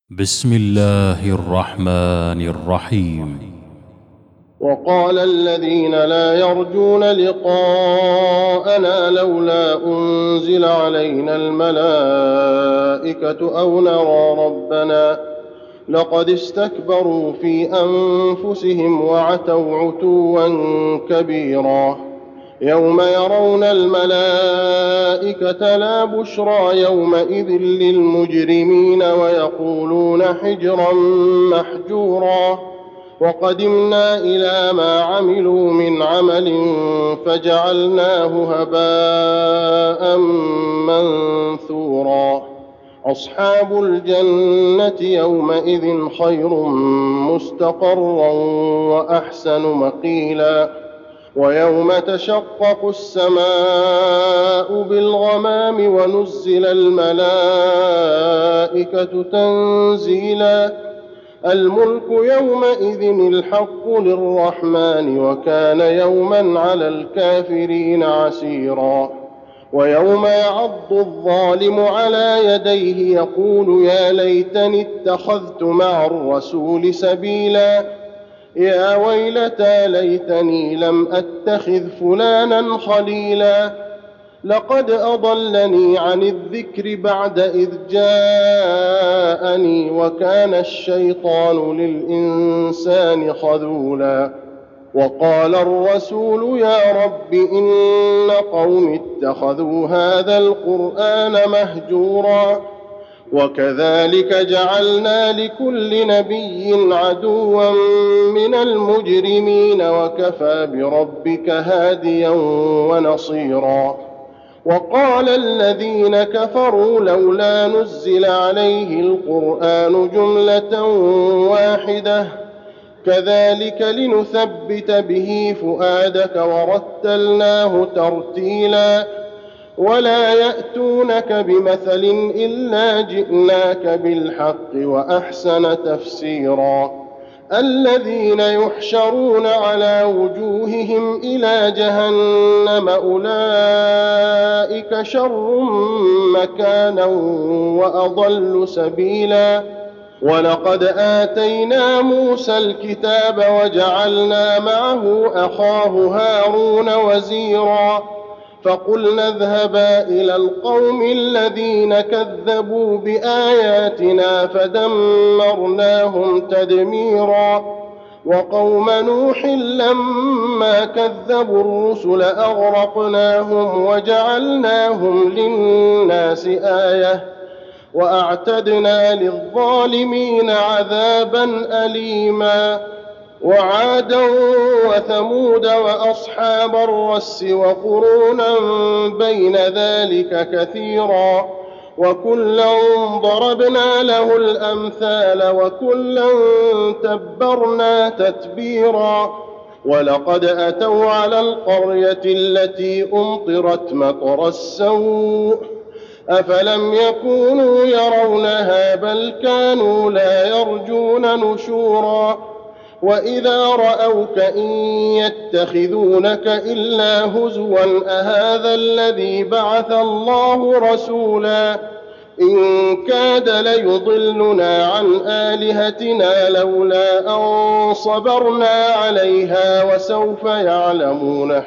بسم الله الرحمن الرحيم. وقال الذين لا يرجون لقاءنا لولا أنزل علينا الملائكة أو نرى ربنا لقد استكبروا في أنفسهم وعتوا عتوا كبيرا. يوم يرون الملائكة لا بشرى يومئذ للمجرمين ويقولون حجرا محجورا. وقدمنا إلى ما عملوا من عمل فجعلناه هباء منثورا. أصحاب الجنة يومئذ خير مستقرا وأحسن مقيلا. ويوم تشقق السماء بالغمام ونزل الملائكة تنزيلا. الملك يومئذ الحق للرحمن وكان يوما على الكافرين عسيرا. ويوم يعض الظالم على يديه يقول يا ليتني اتخذت مع الرسول سبيلا. يا ويلتى ليتني لم أتخذ فلانا خليلا. لقد أضلني عن الذكر بعد إذ جاءني وكان الشيطان للإنسان خذولا. وقال الرسول يا رب إن قوم اتخذوا هذا القرآن مهجورا. وكذلك جعلنا لكل نبي عدوا من المجرمين وكفى بربك هاديا ونصيرا. وقال الذين كفروا لولا نزل عليه القرآن جملة واحدة كذلك لنثبت به فؤادك ورتلناه ترتيلا. ولا يأتونك بمثل إلا جئناك بالحق وأحسن تفسيرا. الذين يحشرون على وجوههم إلى جهنم أولئك شر مكانا وأضل سبيلا. ولقد آتينا موسى الكتاب وجعلنا معه أخاه هارون وزيرا. فقلنا اذهبا إلى القوم الذين كذبوا بآياتنا فدمرناهم تدميرا. وقوم نوح لما كذبوا الرسل أغرقناهم وجعلناهم للناس آية وأعتدنا للظالمين عذابا أليما. وعادا وثمود وأصحاب الرس وقرونا بين ذلك كثيرا. وكلا ضربنا له الأمثال وكلا تبرنا تتبيرا. ولقد أتوا على القرية التي أمطرت مطر السوء أفلم يكونوا يرونها بل كانوا لا يرجون نشورا. وإذا رأوك إن يتخذونك إلا هزوا أهذا الذي بعث الله رسولا. إن كاد ليضلنا عن آلهتنا لولا أن صبرنا عليها وسوف يعلمون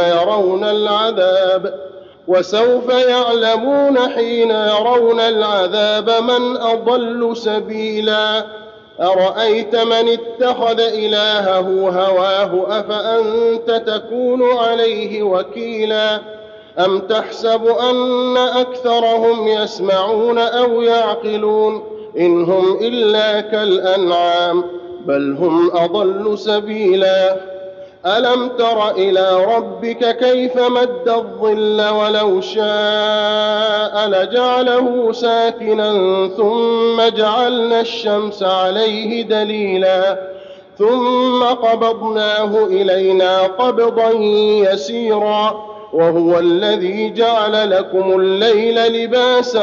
حين يرون العذاب من أضل سبيلا. أرأيت من اتخذ إلهه هواه أفأنت تكون عليه وكيلا. أم تحسب أن أكثرهم يسمعون أو يعقلون إن هم إلا كالأنعام بل هم أضل سبيلا. ألم تر إلى ربك كيف مد الظل ولو شاء لجعله ساكنا ثم جعلنا الشمس عليه دليلا ثم قبضناه إلينا قبضا يسيرا. وهو الذي جعل لكم الليل لباسا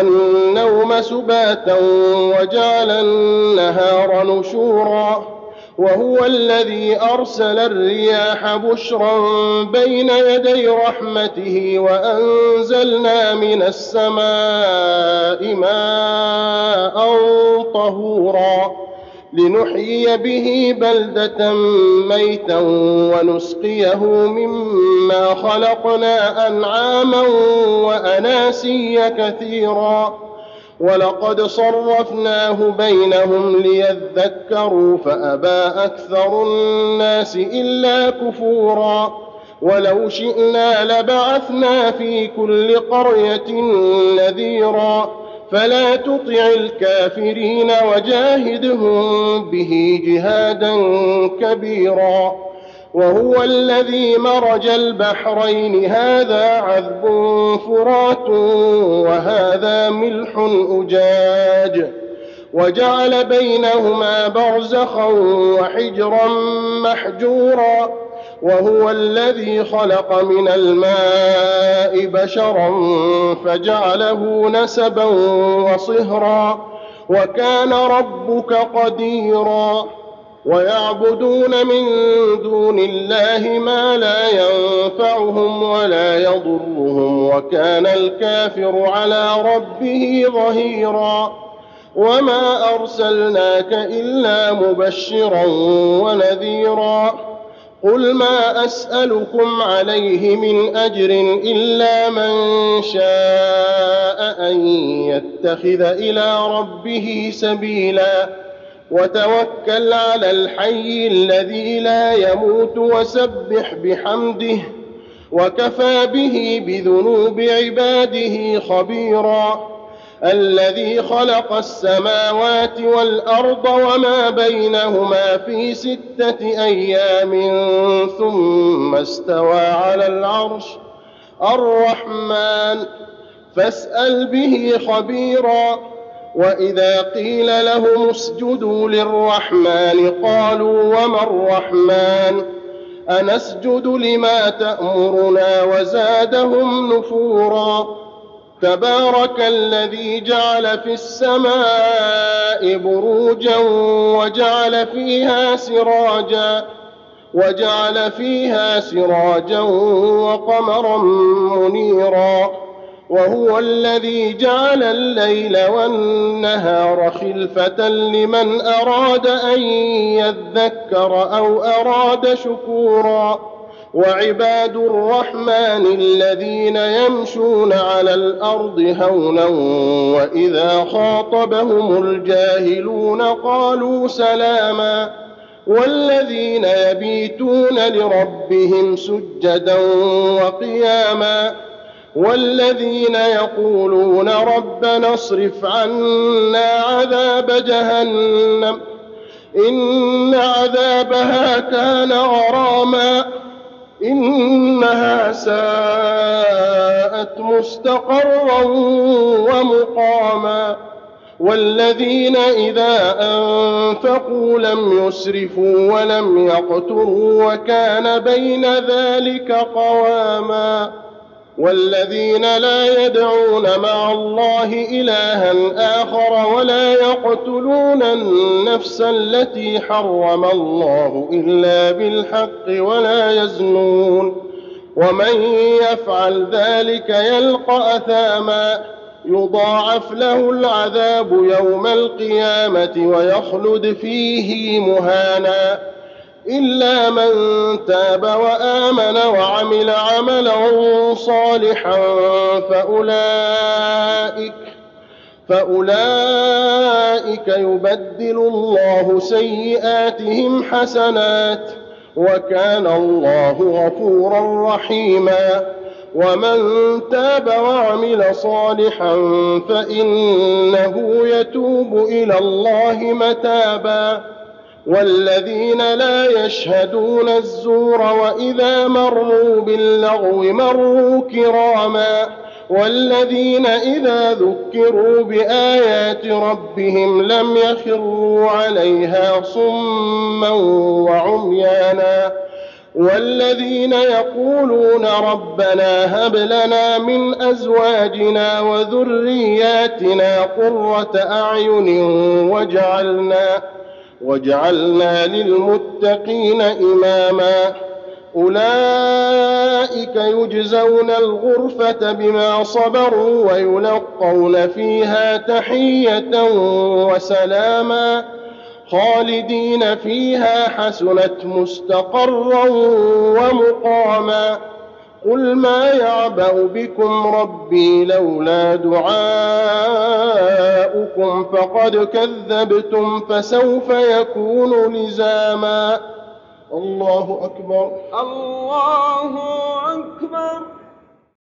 والنوم سباتا وجعل النهار نشورا. وهو الذي أرسل الرياح بشرا بين يدي رحمته وأنزلنا من السماء ماء طهورا لنحيي به بلدة ميتا ونسقيه مما خلقنا أنعاما وأناسيا كثيرا ولقد صرفناه بينهم ليذكروا فأبى أكثر الناس إلا كفورا ولو شئنا لبعثنا في كل قرية نذيرا فلا تطع الكافرين وجاهدهم به جهادا كبيرا وهو الذي مرج البحرين هذا عذب فرات وهذا ملح أجاج وجعل بينهما برزخا وحجرا محجورا وهو الذي خلق من الماء بشرا فجعله نسبا وصهرا وكان ربك قديرا ويعبدون من دون الله ما لا ينفعهم ولا يضرهم وكان الكافر على ربه ظهيرا وما أرسلناك إلا مبشرا ونذيرا قل ما أسألكم عليه من أجر إلا من شاء أن يتخذ إلى ربه سبيلا وتوكل على الحي الذي لا يموت وسبح بحمده وكفى به بذنوب عباده خبيرا الذي خلق السماوات والأرض وما بينهما في 6 أيام ثم استوى على العرش الرحمن فاسأل به خبيرا وإذا قيل لهم اسجدوا للرحمن قالوا وما الرحمن أنسجد لما تأمرنا وزادهم نفورا تبارك الذي جعل في السماء بروجا وجعل فيها سراجا وقمرا منيرا وهو الذي جعل الليل والنهار خلفة لمن أراد أن يذكر أو أراد شكورا وعباد الرحمن الذين يمشون على الأرض هونا وإذا خاطبهم الجاهلون قالوا سلاما والذين يبيتون لربهم سجدا وقياما والذين يقولون ربنا اصرف عنا عذاب جهنم إن عذابها كان غراما إنها ساءت مستقرا ومقاما والذين إذا أنفقوا لم يسرفوا ولم يقتروا وكان بين ذلك قواما والذين لا يدعون مع الله إلها آخر ولا يقتلون النفس التي حرم الله إلا بالحق ولا يزنون ومن يفعل ذلك يلقى أثاما يضاعف له العذاب يوم القيامة ويخلد فيه مهانا إلا من تاب وآمن وعمل عملا صالحا فأولئك يبدل الله سيئاتهم حسنات وكان الله غفورا رحيما ومن تاب وعمل صالحا فإنه يتوب إلى الله متابا والذين لا يشهدون الزور وإذا مروا باللغو مروا كراما والذين إذا ذكروا بآيات ربهم لم يخروا عليها صما وعميانا والذين يقولون ربنا هب لنا من أزواجنا وذرياتنا قرة أعين وجعلنا للمتقين إماما أولئك يجزون الغرفة بما صبروا ويلقون فيها تحية وسلاما خالدين فيها حسنت مستقرا ومقاما قل ما يعبأ بكم ربي لولا دعاؤكم فقد كذبتم فسوف يكون لزاما الله أكبر الله أكبر.